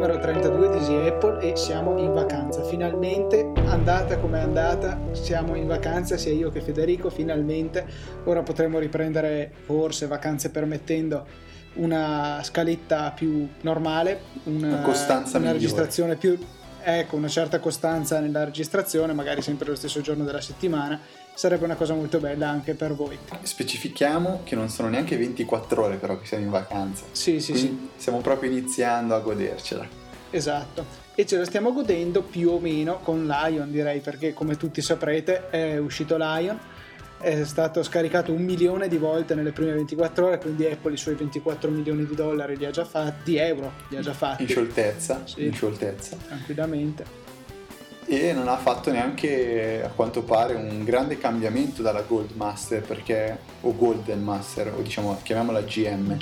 numero 32 di Easy Apple e siamo in vacanza. Finalmente, andata come è andata, siamo in vacanza, sia io che Federico, finalmente. Ora potremo riprendere, forse, vacanze permettendo, una scaletta più normale, una costanza una migliore. Registrazione più... Ecco, una certa costanza nella registrazione, magari sempre lo stesso giorno della settimana. Sarebbe una cosa molto bella anche per voi. Specifichiamo che non sono neanche 24 ore però che siamo in vacanza. Sì. Stiamo proprio iniziando a godercela. Esatto, e ce la stiamo godendo più o meno con Lion, direi, perché come tutti saprete è uscito Lion, è stato scaricato 1 milione di volte nelle prime 24 ore, quindi Apple i suoi 24 milioni di dollari li ha già fatti, di euro li ha già fatti. In scioltezza, sì, in scioltezza. Tranquillamente. E non ha fatto neanche, a quanto pare, un grande cambiamento dalla Gold Master, o Golden Master, o diciamo chiamiamola GM.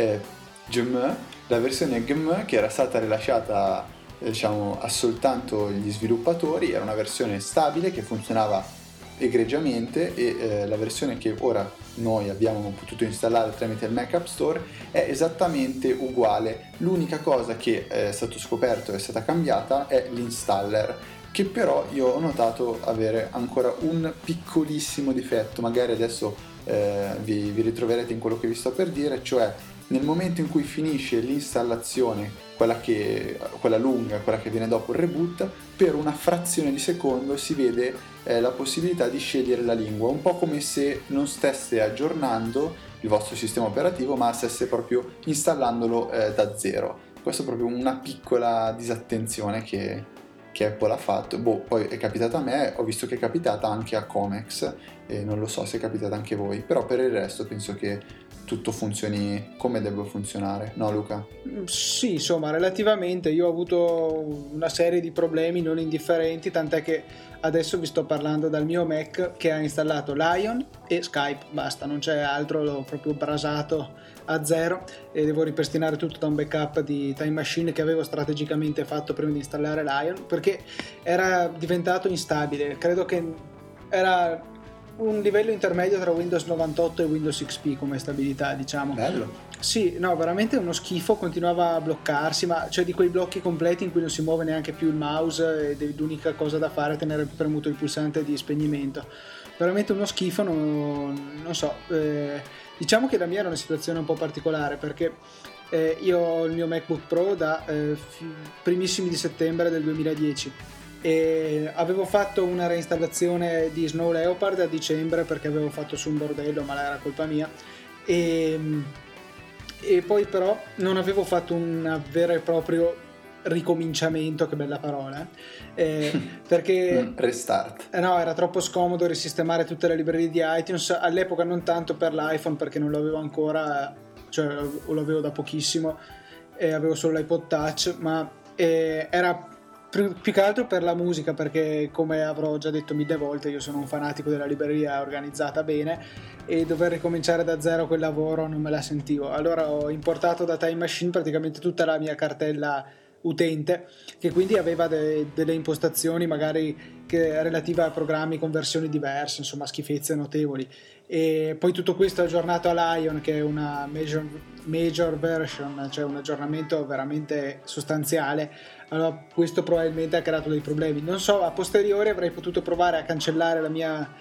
GM, la versione GM che era stata rilasciata a soltanto gli sviluppatori, era una versione stabile che funzionava egregiamente e la versione che ora noi abbiamo potuto installare tramite il Mac App Store è esattamente uguale. L'unica cosa che è stato scoperto e è stata cambiata è l'installer, che però io ho notato avere ancora un piccolissimo difetto. Magari adesso vi ritroverete in quello che vi sto per dire, cioè nel momento in cui finisce l'installazione, quella lunga, quella che viene dopo il reboot, per una frazione di secondo si vede la possibilità di scegliere la lingua, un po' come se non stesse aggiornando il vostro sistema operativo, ma stesse proprio installandolo da zero. Questa è proprio una piccola disattenzione che Apple ha fatto. Poi è capitata a me, ho visto che è capitata anche a Comex e non lo so se è capitata anche a voi, però per il resto penso che tutto funzioni come deve funzionare, no Luca? Sì, insomma, relativamente io ho avuto una serie di problemi non indifferenti, tant'è che adesso vi sto parlando dal mio Mac che ha installato Lion e Skype, basta, non c'è altro, l'ho proprio brasato a zero e devo ripristinare tutto da un backup di Time Machine che avevo strategicamente fatto prima di installare Lion, perché era diventato instabile. Credo che era un livello intermedio tra Windows 98 e Windows XP come stabilità, diciamo. Bello. Sì, no, veramente uno schifo, continuava a bloccarsi, ma cioè di quei blocchi completi in cui non si muove neanche più il mouse e l'unica cosa da fare è tenere premuto il pulsante di spegnimento. Veramente uno schifo, non so. Diciamo che la mia era una situazione un po' particolare perché io ho il mio MacBook Pro da primissimi di settembre del 2010 e avevo fatto una reinstallazione di Snow Leopard a dicembre perché avevo fatto su un bordello, ma era colpa mia, e poi però non avevo fatto un vero e proprio ricominciamento, che bella parola, perché restart. No, era troppo scomodo risistemare tutte le librerie di iTunes all'epoca, non tanto per l'iPhone perché non l'avevo ancora, cioè lo avevo da pochissimo e avevo solo l'iPod Touch, ma era più che altro per la musica, perché come avrò già detto 1000 volte io sono un fanatico della libreria organizzata bene e dover ricominciare da zero quel lavoro non me la sentivo. Allora ho importato da Time Machine praticamente tutta la mia cartella utente, che quindi aveva delle impostazioni magari relative a programmi con versioni diverse, insomma schifezze notevoli, e poi tutto questo aggiornato a Lion, che è una major version, cioè un aggiornamento veramente sostanziale. Allora questo probabilmente ha creato dei problemi, non so, a posteriori avrei potuto provare a cancellare la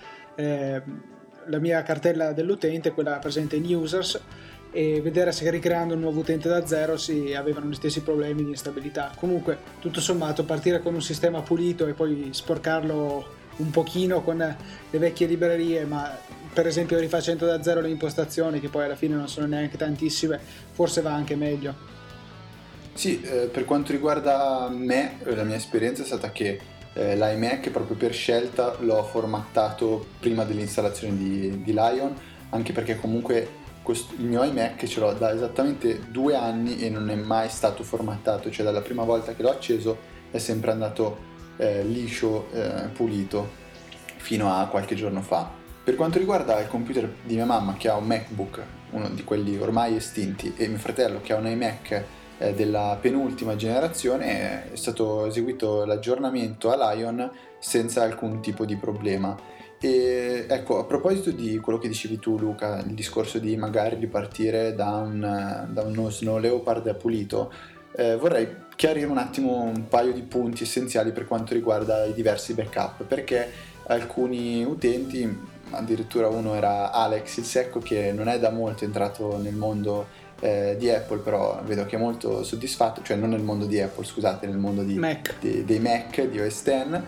mia cartella dell'utente, quella presente in users, e vedere se ricreando un nuovo utente da zero si avevano gli stessi problemi di instabilità. Comunque tutto sommato partire con un sistema pulito e poi sporcarlo un pochino con le vecchie librerie, ma per esempio rifacendo da zero le impostazioni, che poi alla fine non sono neanche tantissime, forse va anche meglio. Sì, per quanto riguarda me, la mia esperienza è stata che l'iMac proprio per scelta l'ho formattato prima dell'installazione di Lion, anche perché comunque il mio iMac ce l'ho da esattamente 2 anni e non è mai stato formattato, cioè dalla prima volta che l'ho acceso è sempre andato liscio, pulito, fino a qualche giorno fa. Per quanto riguarda il computer di mia mamma, che ha un MacBook, uno di quelli ormai estinti, e mio fratello che ha un iMac della penultima generazione, è stato eseguito l'aggiornamento a Lion senza alcun tipo di problema. E ecco, a proposito di quello che dicevi tu Luca, il discorso di magari ripartire da uno Snow Leopard pulito, vorrei chiarire un attimo un paio di punti essenziali per quanto riguarda i diversi backup, perché alcuni utenti, addirittura uno era Alex il Secco, che non è da molto entrato nel mondo di Apple, però vedo che è molto soddisfatto, cioè non nel mondo di Apple, scusate, nel mondo Mac. dei Mac, di OS X.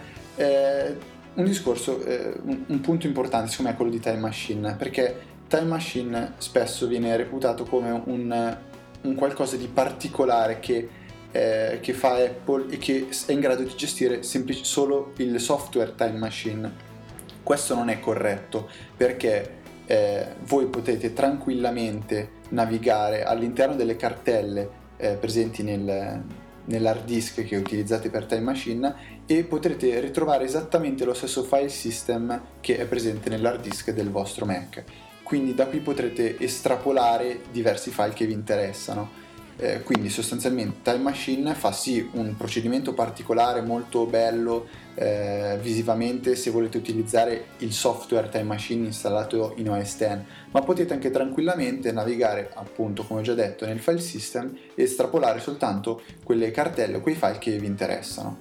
Un discorso, un punto importante secondo me è quello di Time Machine, perché Time Machine spesso viene reputato come un qualcosa di particolare che fa Apple e che è in grado di gestire solo il software Time Machine. Questo non è corretto, perché voi potete tranquillamente navigare all'interno delle cartelle presenti nell'hard disk che utilizzate per Time Machine e potrete ritrovare esattamente lo stesso file system che è presente nell'hard disk del vostro Mac. Quindi da qui potrete estrapolare diversi file che vi interessano. Quindi sostanzialmente Time Machine fa sì un procedimento particolare molto bello visivamente se volete utilizzare il software Time Machine installato in OS X, ma potete anche tranquillamente navigare, appunto come ho già detto, nel file system e estrapolare soltanto quelle cartelle o quei file che vi interessano.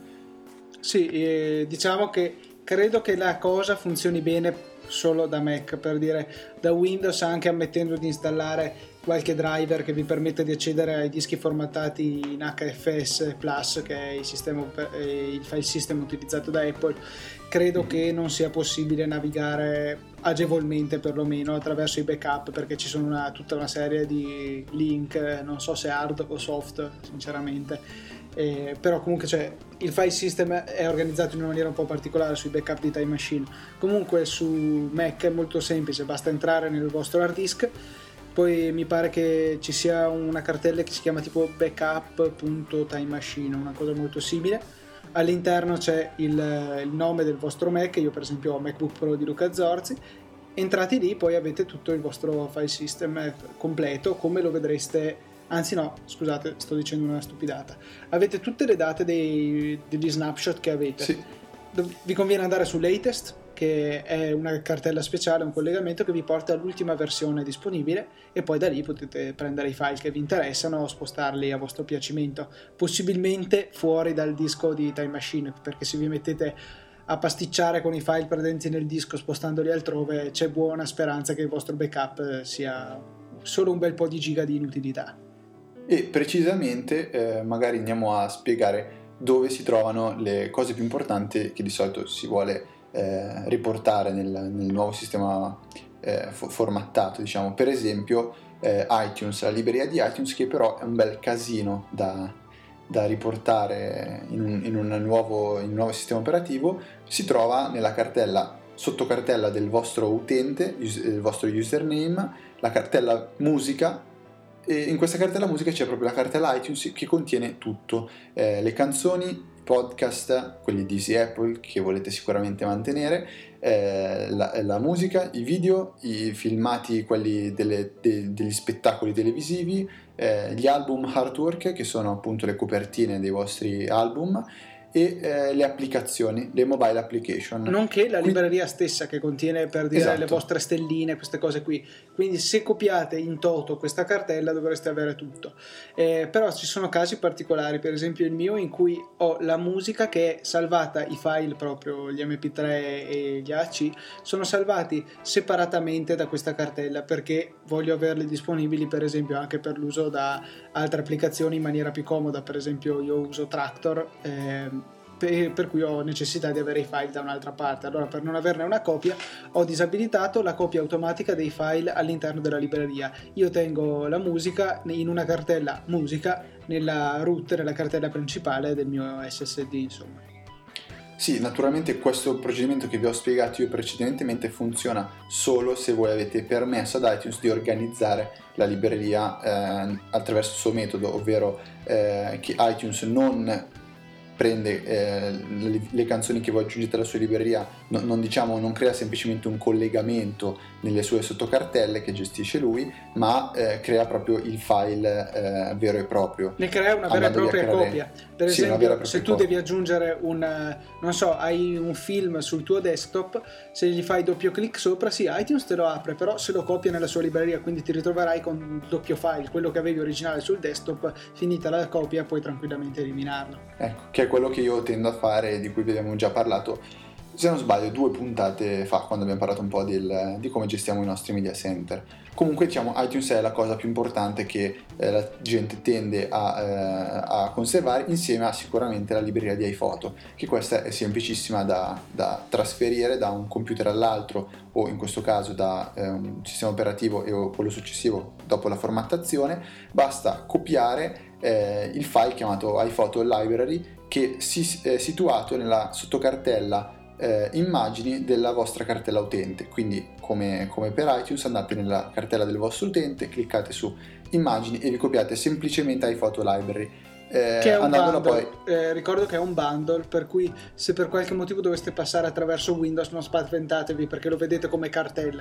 Sì, diciamo che credo che la cosa funzioni bene solo da Mac, per dire, da Windows, anche ammettendo di installare qualche driver che vi permette di accedere ai dischi formattati in HFS Plus, che è il file system utilizzato da Apple. Credo che non sia possibile navigare agevolmente, perlomeno attraverso i backup, perché ci sono tutta una serie di link, non so se hard o soft sinceramente. Però comunque il file system è organizzato in una maniera un po' particolare sui backup di Time Machine. Comunque su Mac è molto semplice, basta entrare nel vostro hard disk, poi mi pare che ci sia una cartella che si chiama tipo backup.timemachine, una cosa molto simile. All'interno c'è il nome del vostro Mac, io per esempio ho MacBook Pro di Luca Zorzi. Entrati lì, poi avete tutto il vostro file system completo, come lo vedreste. Anzi no, scusate, sto dicendo una stupidata. Avete tutte le date degli snapshot che avete. Sì. Vi conviene andare su Latest, che è una cartella speciale, un collegamento che vi porta all'ultima versione disponibile, e poi da lì potete prendere i file che vi interessano o spostarli a vostro piacimento, possibilmente fuori dal disco di Time Machine, perché se vi mettete a pasticciare con i file presenti nel disco spostandoli altrove, c'è buona speranza che il vostro backup sia solo un bel po' di giga di inutilità. E precisamente magari andiamo a spiegare dove si trovano le cose più importanti che di solito si vuole riportare nel nuovo sistema formattato, diciamo. Per esempio iTunes, la libreria di iTunes, che però è un bel casino da riportare in un nuovo sistema operativo, si trova nella sottocartella del vostro utente, il vostro username, la cartella musica. E in questa cartella musica c'è proprio la cartella iTunes che contiene tutto, le canzoni, podcast, quelli di Easy Apple che volete sicuramente mantenere, la musica, i video, i filmati, quelli degli spettacoli televisivi, gli album artwork, che sono appunto le copertine dei vostri album, e le applicazioni, le mobile application, nonché la libreria stessa che contiene, per dire, esatto, le vostre stelline, queste cose qui. Quindi se copiate in toto questa cartella dovreste avere tutto. Però ci sono casi particolari, per esempio il mio, in cui ho la musica che è salvata, i file proprio, gli mp3 e gli AAC sono salvati separatamente da questa cartella, perché voglio averli disponibili per esempio anche per l'uso da altre applicazioni in maniera più comoda. Per esempio io uso Tractor, per cui ho necessità di avere i file da un'altra parte. Allora, per non averne una copia, ho disabilitato la copia automatica dei file all'interno della libreria. Io tengo la musica in una cartella musica nella root, nella cartella principale del mio SSD, insomma. Sì, naturalmente questo procedimento che vi ho spiegato io precedentemente funziona solo se voi avete permesso ad iTunes di organizzare la libreria attraverso il suo metodo, ovvero che iTunes non prende le canzoni che voi aggiungete alla sua libreria, non crea semplicemente un collegamento nelle sue sottocartelle che gestisce lui, ma crea proprio il file vero e proprio. Ne crea una vera e propria copia. Per esempio, se tu devi aggiungere non so, hai un film sul tuo desktop, se gli fai doppio clic sopra, sì, iTunes te lo apre, però se lo copia nella sua libreria, quindi ti ritroverai con un doppio file, quello che avevi originale sul desktop, finita la copia puoi tranquillamente eliminarlo. Ecco, che è quello che io tendo a fare e di cui vi abbiamo già parlato, se non sbaglio, 2 puntate fa, quando abbiamo parlato un po' di come gestiamo i nostri media center. Comunque, diciamo, iTunes è la cosa più importante che la gente tende a conservare, insieme a sicuramente la libreria di iPhoto, che questa è semplicissima da trasferire da un computer all'altro, o in questo caso da un sistema operativo o quello successivo dopo la formattazione. Basta copiare il file chiamato iPhoto Library, che è situato nella sottocartella immagini della vostra cartella utente. Quindi come per iTunes, andate nella cartella del vostro utente, cliccate su immagini e vi copiate semplicemente iPhoto Library. Che è un bundle. Ricordo che è un bundle, per cui se per qualche motivo doveste passare attraverso Windows non spaventatevi, perché lo vedete come cartella.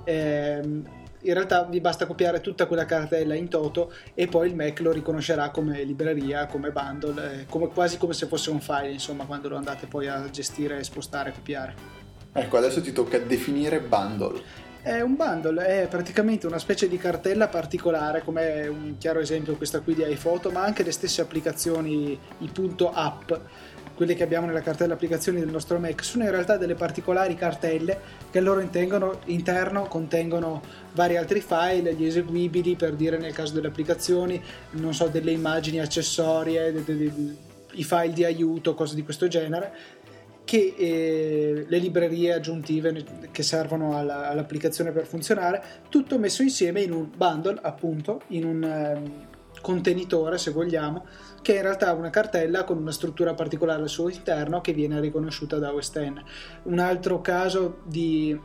In realtà vi basta copiare tutta quella cartella in toto e poi il Mac lo riconoscerà come libreria, come bundle, quasi come se fosse un file, insomma, quando lo andate poi a gestire, spostare, copiare. Ecco, adesso ti tocca definire bundle. Un bundle è praticamente una specie di cartella particolare, come un chiaro esempio questa qui di iPhoto, ma anche le stesse applicazioni, i .app, quelle che abbiamo nella cartella applicazioni del nostro Mac, sono in realtà delle particolari cartelle che al loro interno contengono vari altri file, gli eseguibili, per dire nel caso delle applicazioni, non so, delle immagini accessorie, i file di aiuto, cose di questo genere, che le librerie aggiuntive che servono all'applicazione per funzionare, tutto messo insieme in un bundle, appunto, in un contenitore, se vogliamo, che è in realtà una cartella con una struttura particolare al suo interno che viene riconosciuta da OS X. Un altro caso di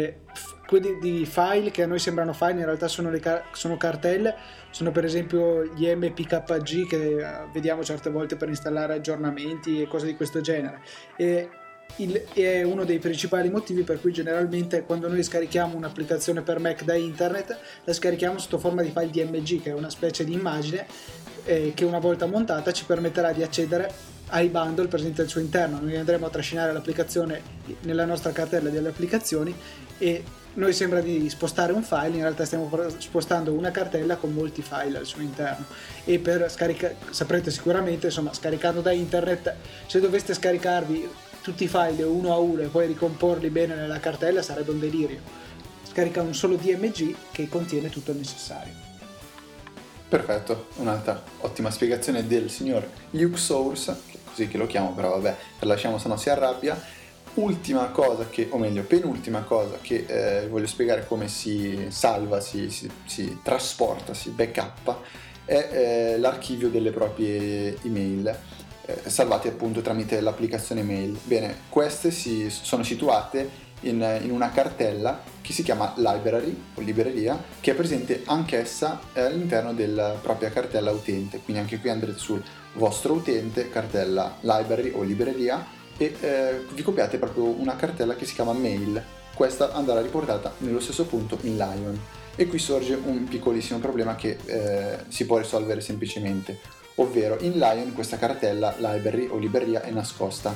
file che a noi sembrano file, in realtà sono cartelle, sono per esempio gli MPKG che vediamo certe volte per installare aggiornamenti e cose di questo genere. È uno dei principali motivi per cui generalmente quando noi scarichiamo un'applicazione per Mac da internet la scarichiamo sotto forma di file DMG, che è una specie di immagine che una volta montata ci permetterà di accedere ai bundle presenti al suo interno. Noi andremo a trascinare l'applicazione nella nostra cartella delle applicazioni e noi sembra di spostare un file, in realtà stiamo spostando una cartella con molti file al suo interno. E per saprete sicuramente, insomma, scaricando da internet, se doveste scaricarvi tutti i file uno a uno e poi ricomporli bene nella cartella sarebbe un delirio. Scarica un solo DMG che contiene tutto il necessario. Perfetto, un'altra ottima spiegazione del signor Luke Source, così che lo chiamo, però vabbè, lasciamo se no si arrabbia. Ultima cosa penultima cosa che voglio spiegare come si salva, si trasporta, si backup, è l'archivio delle proprie email, salvate appunto tramite l'applicazione mail. Bene, queste sono situate in una cartella che si chiama library o libreria, che è presente anch'essa all'interno della propria cartella utente. Quindi anche qui andrete sul vostro utente, cartella library o libreria, e vi copiate proprio una cartella che si chiama mail. Questa andrà riportata nello stesso punto in Lion, e qui sorge un piccolissimo problema che si può risolvere semplicemente, ovvero in Lion questa cartella library o libreria è nascosta.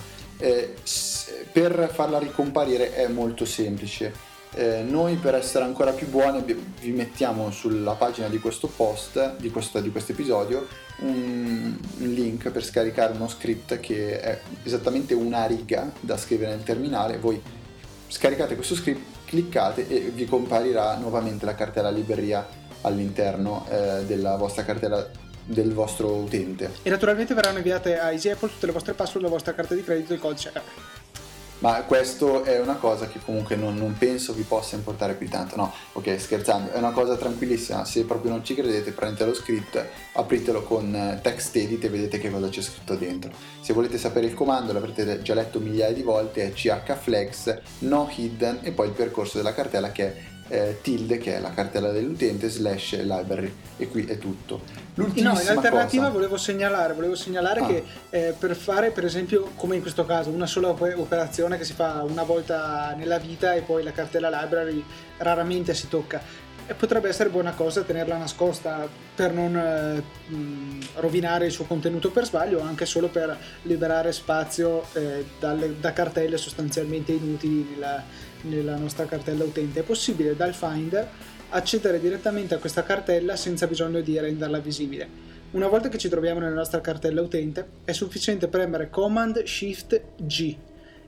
Per farla ricomparire è molto semplice. Noi, per essere ancora più buoni, vi mettiamo sulla pagina di questo post, di questo episodio, un link per scaricare uno script che è esattamente una riga da scrivere nel terminale. Voi scaricate questo script, cliccate e vi comparirà nuovamente la cartella libreria all'interno della vostra cartella del vostro utente. E naturalmente verranno inviate a Easy Apple tutte le vostre password, la vostra carta di credito e il codice. Ma questo è una cosa che comunque non penso vi possa importare più tanto. No, ok, scherzando, è una cosa tranquillissima. Se proprio non ci credete, prendete lo script, apritelo con TextEdit e vedete che cosa c'è scritto dentro. Se volete sapere il comando, l'avrete già letto migliaia di volte, è chflex no hidden e poi il percorso della cartella, che è tilde, che è la cartella dell'utente, / library, e qui è tutto. In alternativa volevo segnalare che per fare, per esempio, come in questo caso, una sola operazione che si fa una volta nella vita e poi la cartella library raramente si tocca, potrebbe essere buona cosa tenerla nascosta per non rovinare il suo contenuto per sbaglio, o anche solo per liberare spazio da cartelle sostanzialmente inutili nella nostra cartella utente. È possibile dal Finder accedere direttamente a questa cartella senza bisogno di renderla visibile. Una volta che ci troviamo nella nostra cartella utente è sufficiente premere Command Shift G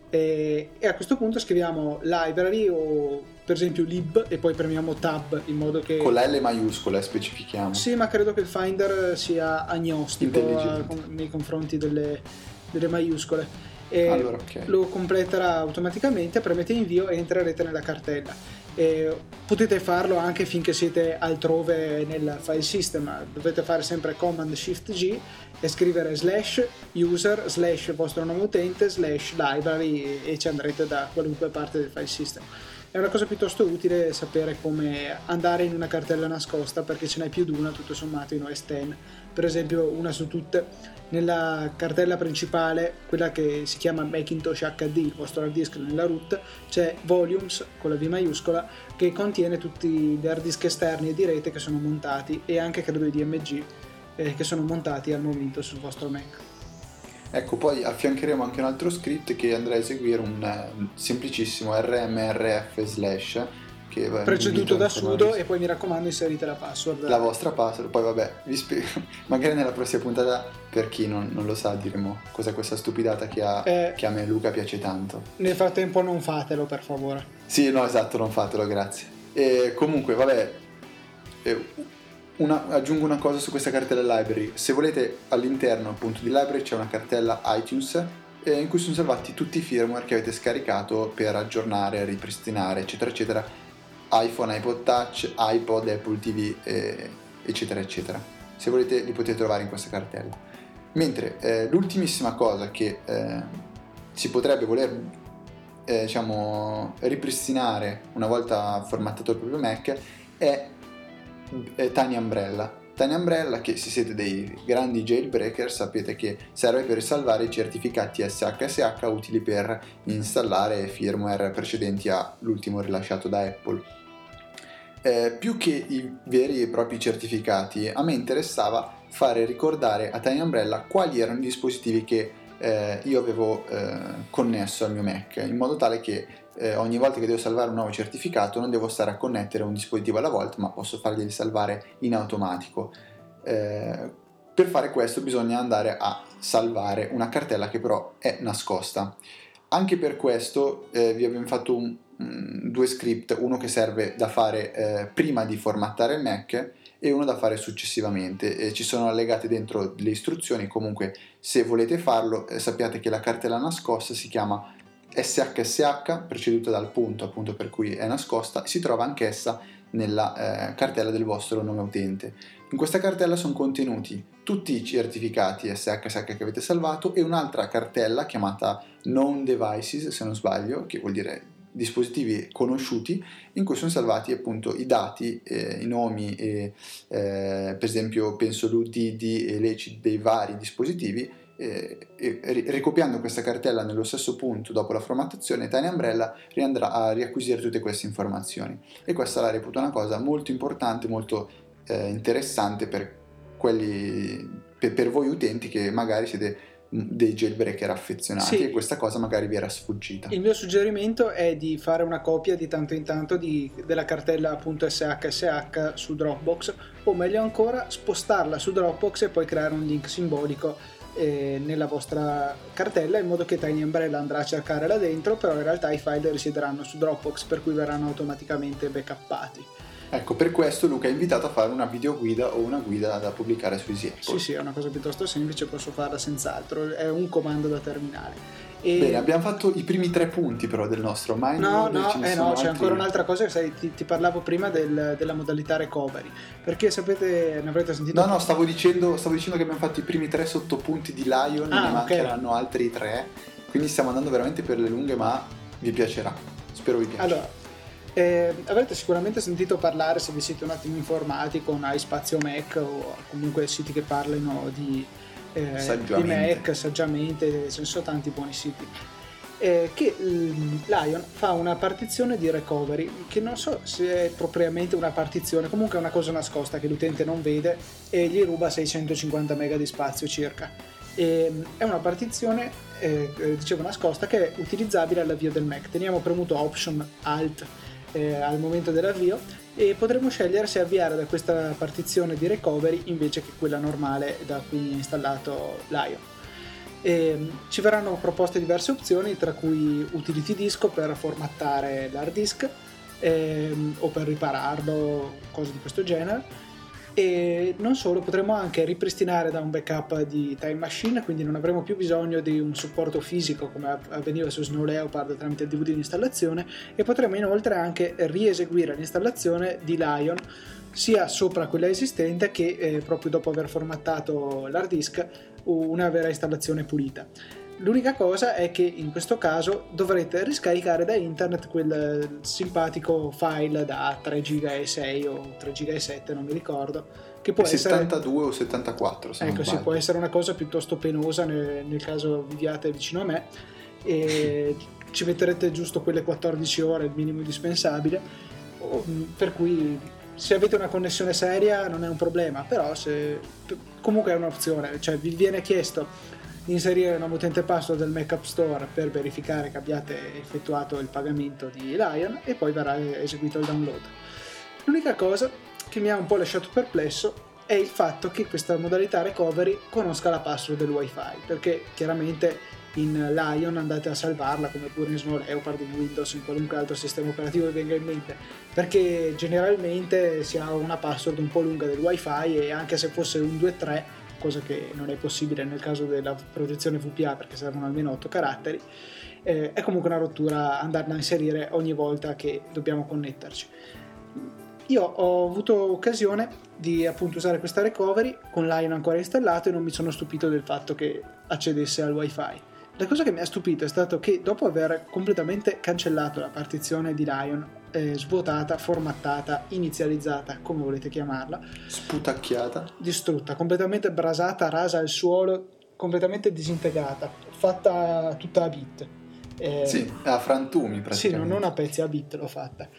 e a questo punto scriviamo library o per esempio lib e poi premiamo tab in modo che... Con la L maiuscola specifichiamo. Sì, ma credo che il Finder sia agnostico nei confronti delle maiuscole. Allora, okay. Lo completerà automaticamente, premete invio e entrerete nella cartella. Potete farlo anche finché siete altrove nel file system, dovete fare sempre Command Shift G e scrivere /user / vostro nome utente / library e ci andrete da qualunque parte del file system. È una cosa piuttosto utile sapere come andare in una cartella nascosta, perché ce n'è più di una tutto sommato in OS X. Per esempio, una su tutte, nella cartella principale, quella che si chiama Macintosh HD, il vostro hard disk nella root, c'è Volumes con la V maiuscola che contiene tutti gli hard disk esterni e di rete che sono montati, e anche credo i DMG che sono montati al momento sul vostro Mac. Ecco, poi affiancheremo anche un altro script che andrà a eseguire un semplicissimo rmrf / che preceduto da sudo, e poi mi raccomando inserite la password. La vostra password. Poi vabbè, vi spiego magari nella prossima puntata, per chi non lo sa, diremo cos'è questa stupidata che a me e Luca piace tanto. Nel frattempo non fatelo, per favore. Sì, no, esatto, non fatelo, grazie. E comunque, vabbè, aggiungo una cosa su questa cartella library. Se volete, all'interno appunto di library c'è una cartella iTunes in cui sono salvati tutti i firmware che avete scaricato per aggiornare, ripristinare, eccetera eccetera, iPhone, iPod Touch, iPod, Apple TV, eccetera eccetera. Se volete li potete trovare in questa cartella. Mentre l'ultimissima cosa che si potrebbe voler ripristinare una volta formattato il proprio Mac è Tiny Umbrella. Tiny Umbrella, che se siete dei grandi jailbreaker sapete che serve per salvare i certificati SHSH utili per installare firmware precedenti all'ultimo rilasciato da Apple. Più che i veri e propri certificati, a me interessava fare ricordare a Tiny Umbrella quali erano i dispositivi che io avevo connesso al mio Mac, in modo tale che ogni volta che devo salvare un nuovo certificato non devo stare a connettere un dispositivo alla volta, ma posso farglieli salvare in automatico. Per fare questo bisogna andare a salvare una cartella che però è nascosta. Anche per questo vi abbiamo fatto due script, uno che serve da fare prima di formattare il Mac e uno da fare successivamente. Ci sono allegate dentro le istruzioni. Comunque, se volete farlo, sappiate che la cartella nascosta si chiama SHSH, preceduta dal punto appunto per cui è nascosta, e si trova anch'essa nella cartella del vostro nome utente. In questa cartella sono contenuti tutti i certificati SHSH che avete salvato e un'altra cartella chiamata Known Devices, se non sbaglio, che vuol dire dispositivi conosciuti, in cui sono salvati appunto i dati, i nomi e per esempio penso l'UDD e l'ECID dei vari dispositivi. Ricopiando questa cartella nello stesso punto dopo la formattazione, Tiny Umbrella andrà a riacquisire tutte queste informazioni, e questa la reputo una cosa molto importante, molto interessante per voi utenti che magari siete dei jailbreaker affezionati. Sì. E questa cosa magari vi era sfuggita. Il mio suggerimento è di fare una copia di tanto in tanto della cartella appunto SHSH su Dropbox, o meglio ancora spostarla su Dropbox e poi creare un link simbolico nella vostra cartella, in modo che Tiny Umbrella andrà a cercare là dentro, però in realtà i file risiederanno su Dropbox, per cui verranno automaticamente backuppati. Ecco, per questo Luca è invitato a fare una videoguida o una guida da pubblicare su Easy Apple. Sì, è una cosa piuttosto semplice, posso farla senz'altro, è un comando da terminale. Bene, abbiamo fatto i primi 3 punti però del nostro No, c'è ancora un'altra cosa, sai, ti parlavo prima della modalità recovery, perché sapete, ne avrete sentito... No, stavo dicendo che abbiamo fatto i primi 3 sottopunti di Lion, ne mancheranno altri 3, quindi stiamo andando veramente per le lunghe, ma vi piacerà, spero vi piaccia. Allora, Avrete sicuramente sentito parlare, se vi siete un attimo informati con iSpazio Mac o comunque siti che parlino di Mac saggiamente, ce ne sono tanti buoni siti, che Lion fa una partizione di recovery che non so se è propriamente una partizione, comunque è una cosa nascosta che l'utente non vede e gli ruba 650 mega di spazio circa. È una partizione dicevo nascosta, che è utilizzabile all'avvio del Mac. Teniamo premuto Option Alt al momento dell'avvio e potremo scegliere se avviare da questa partizione di recovery invece che quella normale da cui è installato Lion. Ci verranno proposte diverse opzioni, tra cui utility disco per formattare l'hard disk o per ripararlo, cose di questo genere. E non solo, potremo anche ripristinare da un backup di Time Machine, quindi non avremo più bisogno di un supporto fisico come avveniva su Snow Leopard tramite il DVD di installazione, e potremo inoltre anche rieseguire l'installazione di Lion sia sopra quella esistente che proprio dopo aver formattato l'hard disk una vera installazione pulita. L'unica cosa è che in questo caso dovrete riscaricare da internet quel simpatico file da 3,6 GB o 3,7 GB, non mi ricordo, che può 72 o 74, se ecco, sì, può essere una cosa piuttosto penosa nel caso viviate vicino a me e ci metterete giusto quelle 14 ore, il minimo indispensabile, per cui se avete una connessione seria non è un problema, però comunque è un'opzione, cioè vi viene chiesto inserire una mutante password del Mac App Store per verificare che abbiate effettuato il pagamento di Lion e poi verrà eseguito il download. L'unica cosa che mi ha un po' lasciato perplesso è il fatto che questa modalità recovery conosca la password del wifi, perché chiaramente in Lion andate a salvarla come pure in Snow Leopard, in Windows, in qualunque altro sistema operativo che venga in mente, perché generalmente si ha una password un po' lunga del wifi e anche se fosse un 2-3, cosa che non è possibile nel caso della protezione VPA perché servono almeno 8 caratteri, è comunque una rottura andarla a inserire ogni volta che dobbiamo connetterci. Io ho avuto occasione di appunto usare questa recovery con Lion ancora installato e non mi sono stupito del fatto che accedesse al wifi. La cosa che mi ha stupito è stato che dopo aver completamente cancellato la partizione di Lion, svuotata, formattata, inizializzata, come volete chiamarla, sputacchiata, distrutta, completamente brasata, rasa al suolo, completamente disintegrata, fatta tutta a bit. Sì, a frantumi praticamente. Sì, non a pezzi, a bit l'ho fatta.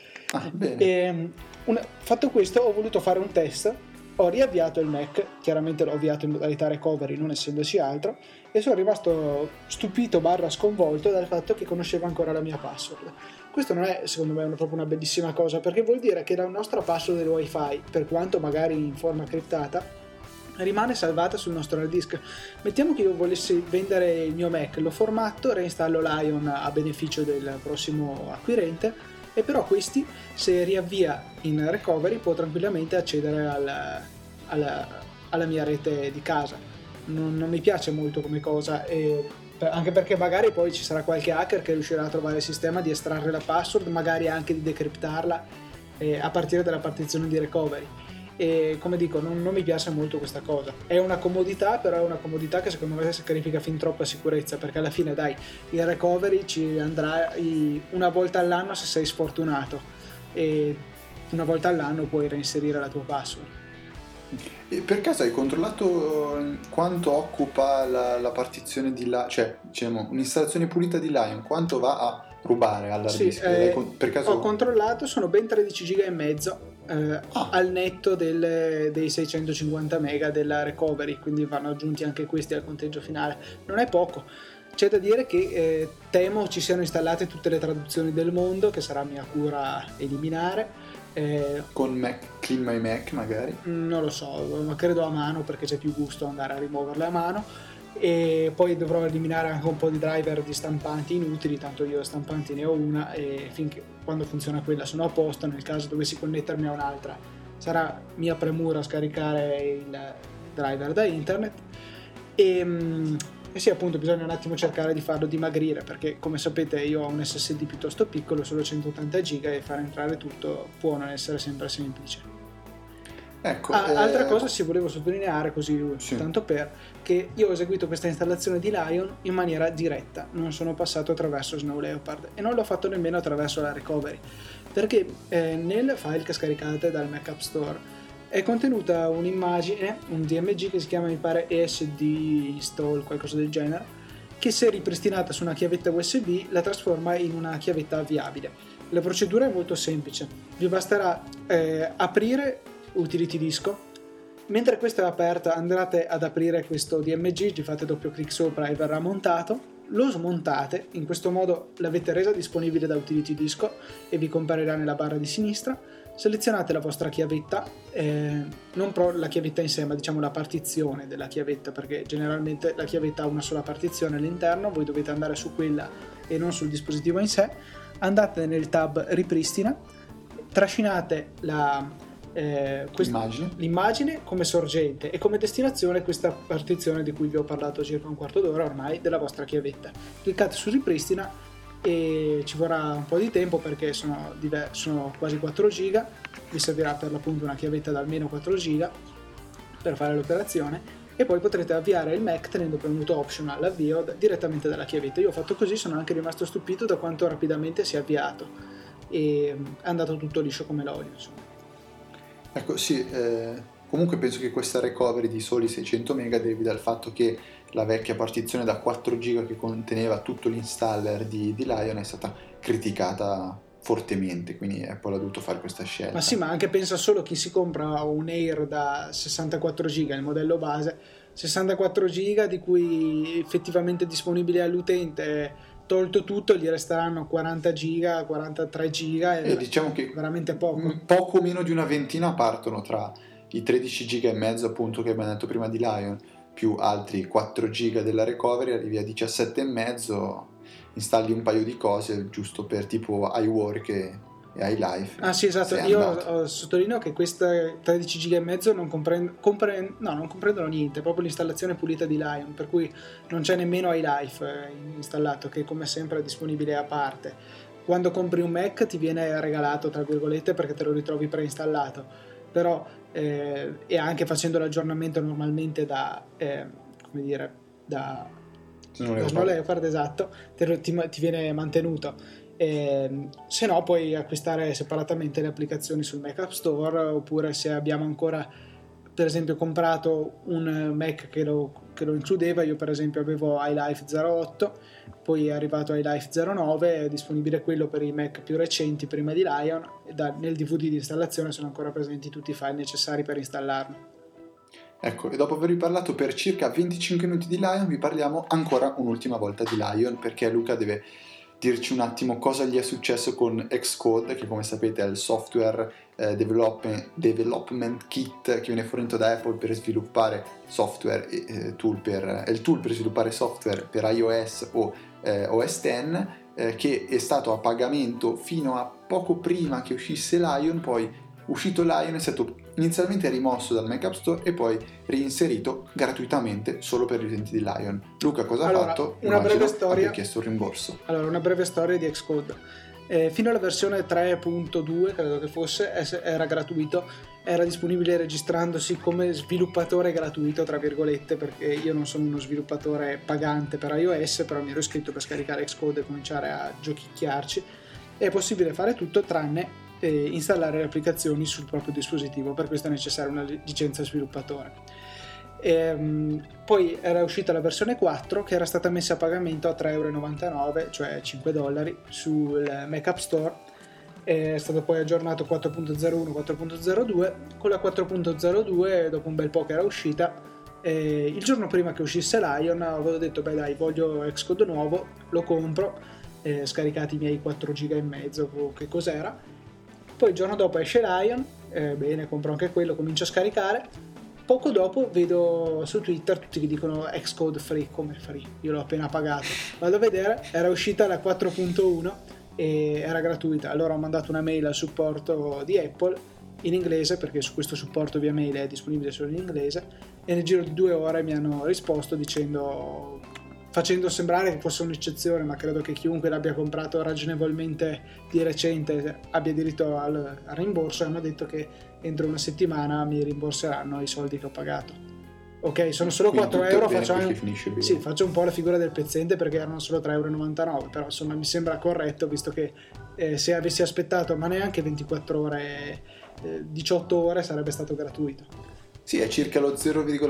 Bene. Fatto questo ho voluto fare un test, ho riavviato il Mac, chiaramente l'ho avviato in modalità recovery non essendoci altro, e sono rimasto stupito / sconvolto dal fatto che conosceva ancora la mia password. Questo non è secondo me proprio una bellissima cosa, perché vuol dire che la nostra password del wifi, per quanto magari in forma criptata, rimane salvata sul nostro hard disk. Mettiamo che io volessi vendere il mio Mac, lo formatto, reinstallo Lion a beneficio del prossimo acquirente, e però questi, se riavvia in recovery, può tranquillamente accedere alla mia rete di casa. Non mi piace molto come cosa, anche perché magari poi ci sarà qualche hacker che riuscirà a trovare il sistema di estrarre la password, magari anche di decriptarla a partire dalla partizione di recovery. E come dico, non mi piace molto questa cosa. È una comodità, però è una comodità che secondo me sacrifica fin troppa sicurezza, perché alla fine dai, il recovery ci andrà una volta all'anno se sei sfortunato, e una volta all'anno puoi reinserire la tua password. E per caso hai controllato quanto occupa la partizione di cioè diciamo un'installazione pulita di Lion, quanto va a rubare all'hard disk? Per caso ho controllato, sono ben 13 giga e mezzo al netto dei 650 mega della recovery, quindi vanno aggiunti anche questi al conteggio finale. Non è poco. C'è da dire che temo ci siano installate tutte le traduzioni del mondo, che sarà mia cura eliminare. Con Clean My Mac magari? Non lo so, ma credo a mano, perché c'è più gusto andare a rimuoverle a mano. E poi dovrò eliminare anche un po' di driver di stampanti inutili, tanto io stampanti ne ho una e finché quando funziona quella sono a posto. Nel caso dovessi connettermi a un'altra sarà mia premura scaricare il driver da internet e sì, appunto bisogna un attimo cercare di farlo dimagrire, perché come sapete io ho un SSD piuttosto piccolo, solo 180 giga, e far entrare tutto può non essere sempre semplice. Ecco, altra cosa si volevo sottolineare così, sì. tanto per, che io ho eseguito questa installazione di Lion in maniera diretta, non sono passato attraverso Snow Leopard e non l'ho fatto nemmeno attraverso la recovery, perché nel file che scaricate dal Mac App Store è contenuta un'immagine, un DMG che si chiama mi pare ESD install, qualcosa del genere, che se ripristinata su una chiavetta USB la trasforma in una chiavetta avviabile. La procedura è molto semplice, vi basterà aprire utility disco. Mentre questa è aperta andrete ad aprire questo DMG, gli fate doppio clic sopra e verrà montato, lo smontate, in questo modo l'avete resa disponibile da utility disco e vi comparirà nella barra di sinistra. Selezionate la vostra chiavetta, non la chiavetta in sé ma diciamo la partizione della chiavetta, perché generalmente la chiavetta ha una sola partizione all'interno, voi dovete andare su quella e non sul dispositivo in sé. Andate nel tab ripristina, trascinate l'immagine come sorgente e come destinazione questa partizione di cui vi ho parlato circa un quarto d'ora ormai della vostra chiavetta. Cliccate su ripristina e ci vorrà un po' di tempo perché sono quasi 4 giga, vi servirà per l'appunto una chiavetta da almeno 4 giga per fare l'operazione e poi potrete avviare il Mac tenendo premuto Option all'avvio direttamente dalla chiavetta. Io ho fatto così, sono anche rimasto stupito da quanto rapidamente si è avviato e è andato tutto liscio come l'olio, insomma. Ecco, sì, comunque penso che questa recovery di soli 600 MB derivi dal fatto che la vecchia partizione da 4 GB che conteneva tutto l'installer di Lion è stata criticata fortemente, quindi Apple ha dovuto fare questa scelta. Ma sì, ma anche pensa solo chi si compra un Air da 64 GB, il modello base, 64 GB di cui effettivamente disponibili all'utente, tolto tutto gli resteranno 40 giga, 43 giga e diciamo che veramente poco meno di una ventina partono tra i 13 giga e mezzo appunto che abbiamo detto prima di Lion più altri 4 giga della recovery, arrivi a 17 e mezzo, installi un paio di cose giusto per tipo iWork e iLife. Ah sì, esatto, io sottolineo che queste 13 giga e mezzo non comprendono niente, proprio l'installazione pulita di Lion, per cui non c'è nemmeno iLife installato, che come sempre è disponibile a parte. Quando compri un Mac ti viene regalato tra virgolette perché te lo ritrovi preinstallato, però e anche facendo l'aggiornamento normalmente da Snow Leopard, esatto, ti viene mantenuto. Se no puoi acquistare separatamente le applicazioni sul Mac App Store, oppure se abbiamo ancora per esempio comprato un Mac che lo includeva, io per esempio avevo iLife 08, poi è arrivato iLife 09, è disponibile quello per i Mac più recenti prima di Lion e nel DVD di installazione sono ancora presenti tutti i file necessari per installarlo. Ecco, e dopo avervi parlato per circa 25 minuti di Lion vi parliamo ancora un'ultima volta di Lion, perché Luca deve dirci un attimo cosa gli è successo con Xcode, che come sapete è il software development kit che viene fornito da Apple per sviluppare software è il tool per sviluppare software per iOS o OS X, che è stato a pagamento fino a poco prima che uscisse Lion, poi uscito Lion è stato inizialmente rimosso dal Mac App Store e poi reinserito gratuitamente solo per gli utenti di Lion. Luca cosa ha fatto? Una breve storia. Abbia chiesto un rimborso. Allora, una breve storia di Xcode. Fino alla versione 3.2 credo che fosse, era gratuito, era disponibile registrandosi come sviluppatore gratuito tra virgolette, perché io non sono uno sviluppatore pagante per iOS, però mi ero iscritto per scaricare Xcode e cominciare a giochicchiarci. È possibile fare tutto tranne installare le applicazioni sul proprio dispositivo, per questo è necessaria una licenza sviluppatore. Poi era uscita la versione 4 che era stata messa a pagamento a €3,99, cioè $5 sul Mac App Store. È stato poi aggiornato 4.01, 4.02. Con la 4.02 dopo un bel po' che era uscita, il giorno prima che uscisse Lion avevo detto beh dai, voglio Xcode nuovo, lo compro, scaricati i miei 4 giga e mezzo, che cos'era. Poi il giorno dopo esce Lion, bene, compro anche quello, comincio a scaricare. Poco dopo vedo su Twitter tutti che dicono Xcode free, come free? Io l'ho appena pagato. Vado a vedere, era uscita la 4.1 e era gratuita. Allora ho mandato una mail al supporto di Apple in inglese, perché su questo supporto via mail è disponibile solo in inglese, e nel giro di 2 ore mi hanno risposto facendo sembrare che fosse un'eccezione, ma credo che chiunque l'abbia comprato ragionevolmente di recente abbia diritto al rimborso, e hanno detto che entro una settimana mi rimborseranno i soldi che ho pagato. Ok, sono solo Quindi 4 euro, faccio un po' la figura del pezzente perché erano solo 3,99 €, però insomma mi sembra corretto, visto che se avessi aspettato ma neanche 24 ore, 18 ore sarebbe stato gratuito. Sì, è circa lo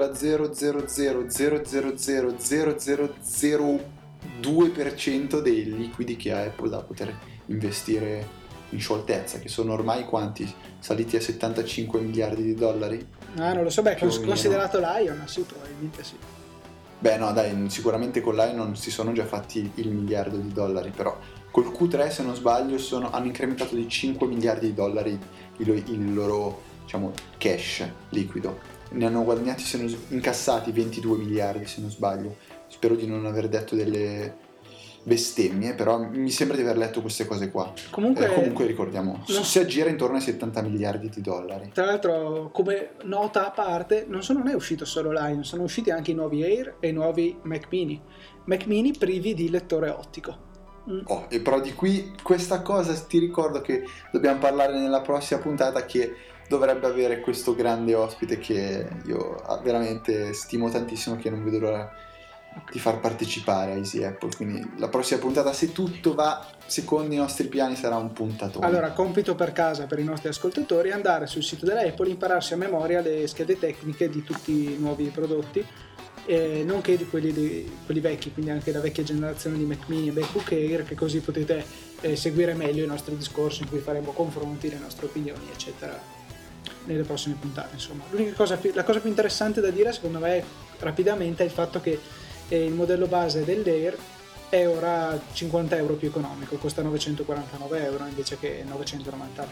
0,000000002% dei liquidi che ha Apple da poter investire in scioltezza, che sono ormai quanti? Saliti a 75 miliardi di dollari? Ah, non lo so, beh, considerato l'Ion, sì, probabilmente sì. Beh, no, dai, sicuramente con l'Ion si sono già fatti il miliardo di dollari, però col Q3, se non sbaglio, hanno incrementato di 5 miliardi di dollari il loro, diciamo, cash liquido. Ne hanno guadagnati, incassati 22 miliardi, se non sbaglio. Spero di non aver detto delle bestemmie, però mi sembra di aver letto queste cose qua. Comunque ricordiamo, si aggira intorno ai 70 miliardi di dollari. Tra l'altro, come nota a parte, non è uscito solo l'Ion, sono usciti anche i nuovi Air e i nuovi Mac Mini privi di lettore ottico. Oh, e però di qui questa cosa ti ricordo che dobbiamo parlare nella prossima puntata, che dovrebbe avere questo grande ospite che io veramente stimo tantissimo, che non vedo l'ora di far partecipare a Easy Apple. Quindi la prossima puntata, se tutto va secondo i nostri piani, sarà un puntatone. Allora, compito per casa per i nostri ascoltatori: andare sul sito della Apple, impararsi a memoria le schede tecniche di tutti i nuovi prodotti, nonché di quelli vecchi, quindi anche la vecchia generazione di Mac Mini e MacBook Air, che così potete seguire meglio i nostri discorsi in cui faremo confronti, le nostre opinioni, eccetera, nelle prossime puntate. Insomma, la cosa più interessante da dire, secondo me, rapidamente, è il fatto che il modello base dell'Air è ora 50 euro più economico, costa 949 euro invece che 999.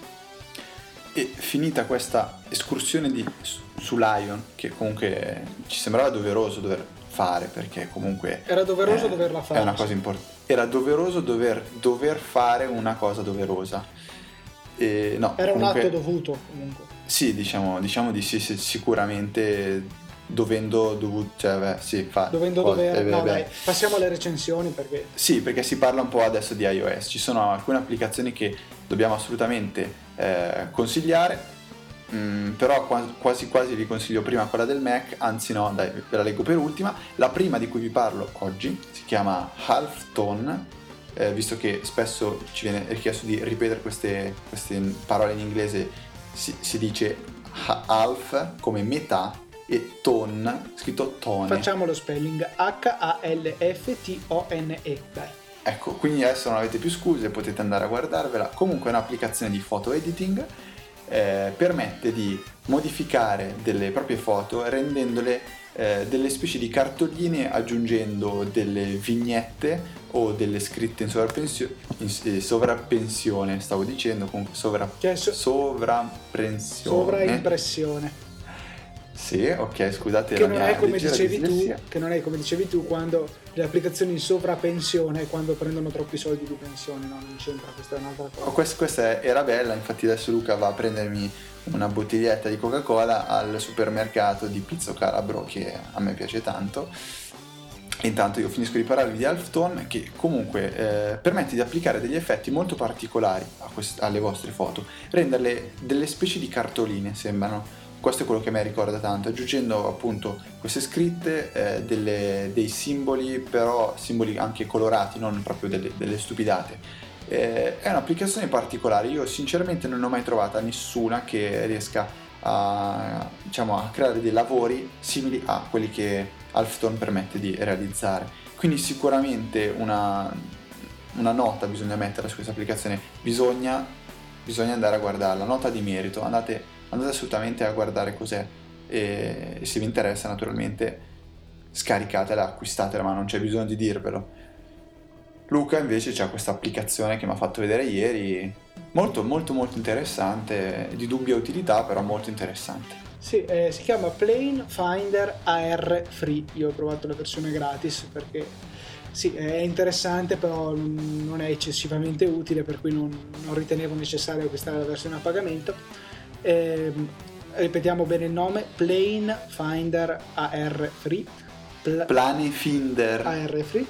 E finita questa escursione su Lion, che comunque ci sembrava doveroso dover fare, perché comunque era doveroso doverla fare, è una cosa importante, era doveroso dover fare una cosa doverosa. No, era un atto dovuto comunque. Sì, diciamo di sì, sicuramente dovendo dai, passiamo alle recensioni, perché si parla un po' adesso di iOS. Ci sono alcune applicazioni che dobbiamo assolutamente consigliare, però quasi vi consiglio prima quella del Mac, anzi no, dai, ve la leggo per ultima. La prima di cui vi parlo oggi si chiama Halftone, visto che spesso ci viene richiesto di ripetere queste parole in inglese, si dice half come metà e tone scritto tone. Facciamo lo spelling: Halftone, dai. Ecco, quindi adesso non avete più scuse, potete andare a guardarvela. Comunque è un'applicazione di photo editing, permette di modificare delle proprie foto rendendole delle specie di cartoline, aggiungendo delle vignette o delle scritte in sovrappensione, stavo dicendo, comunque sovraimpressione. Sì, ok, scusate, che non è come dicevi tu quando le applicazioni in sovrappensione, quando prendono troppi soldi di pensione. No, non c'entra, questa è un'altra cosa. Questa era bella, infatti adesso Luca va a prendermi una bottiglietta di Coca-Cola al supermercato di Pizzo Calabro, che a me piace tanto. Intanto io finisco di parlarvi di Halftone, che comunque permette di applicare degli effetti molto particolari alle vostre foto, renderle delle specie di cartoline, sembrano. Questo è quello che a me ricorda tanto, aggiungendo appunto queste scritte, dei simboli, però simboli anche colorati, non proprio delle stupidate. È un'applicazione particolare, io sinceramente non ho mai trovata nessuna che riesca a creare dei lavori simili a quelli che Halftone permette di realizzare. Quindi sicuramente una nota bisogna mettere su questa applicazione, bisogna andare a guardarla, nota di merito, andate assolutamente a guardare cos'è, e se vi interessa naturalmente scaricatela, acquistatela, ma non c'è bisogno di dirvelo. Luca invece c'ha questa applicazione che mi ha fatto vedere ieri, molto molto molto interessante, di dubbia utilità però molto interessante. Sì, si chiama Plane Finder AR Free. Io ho provato la versione gratis perché sì, è interessante, però non è eccessivamente utile, per cui non ritenevo necessario acquistare la versione a pagamento. Ripetiamo bene il nome: Plane Finder AR Free. Plane Finder AR Free.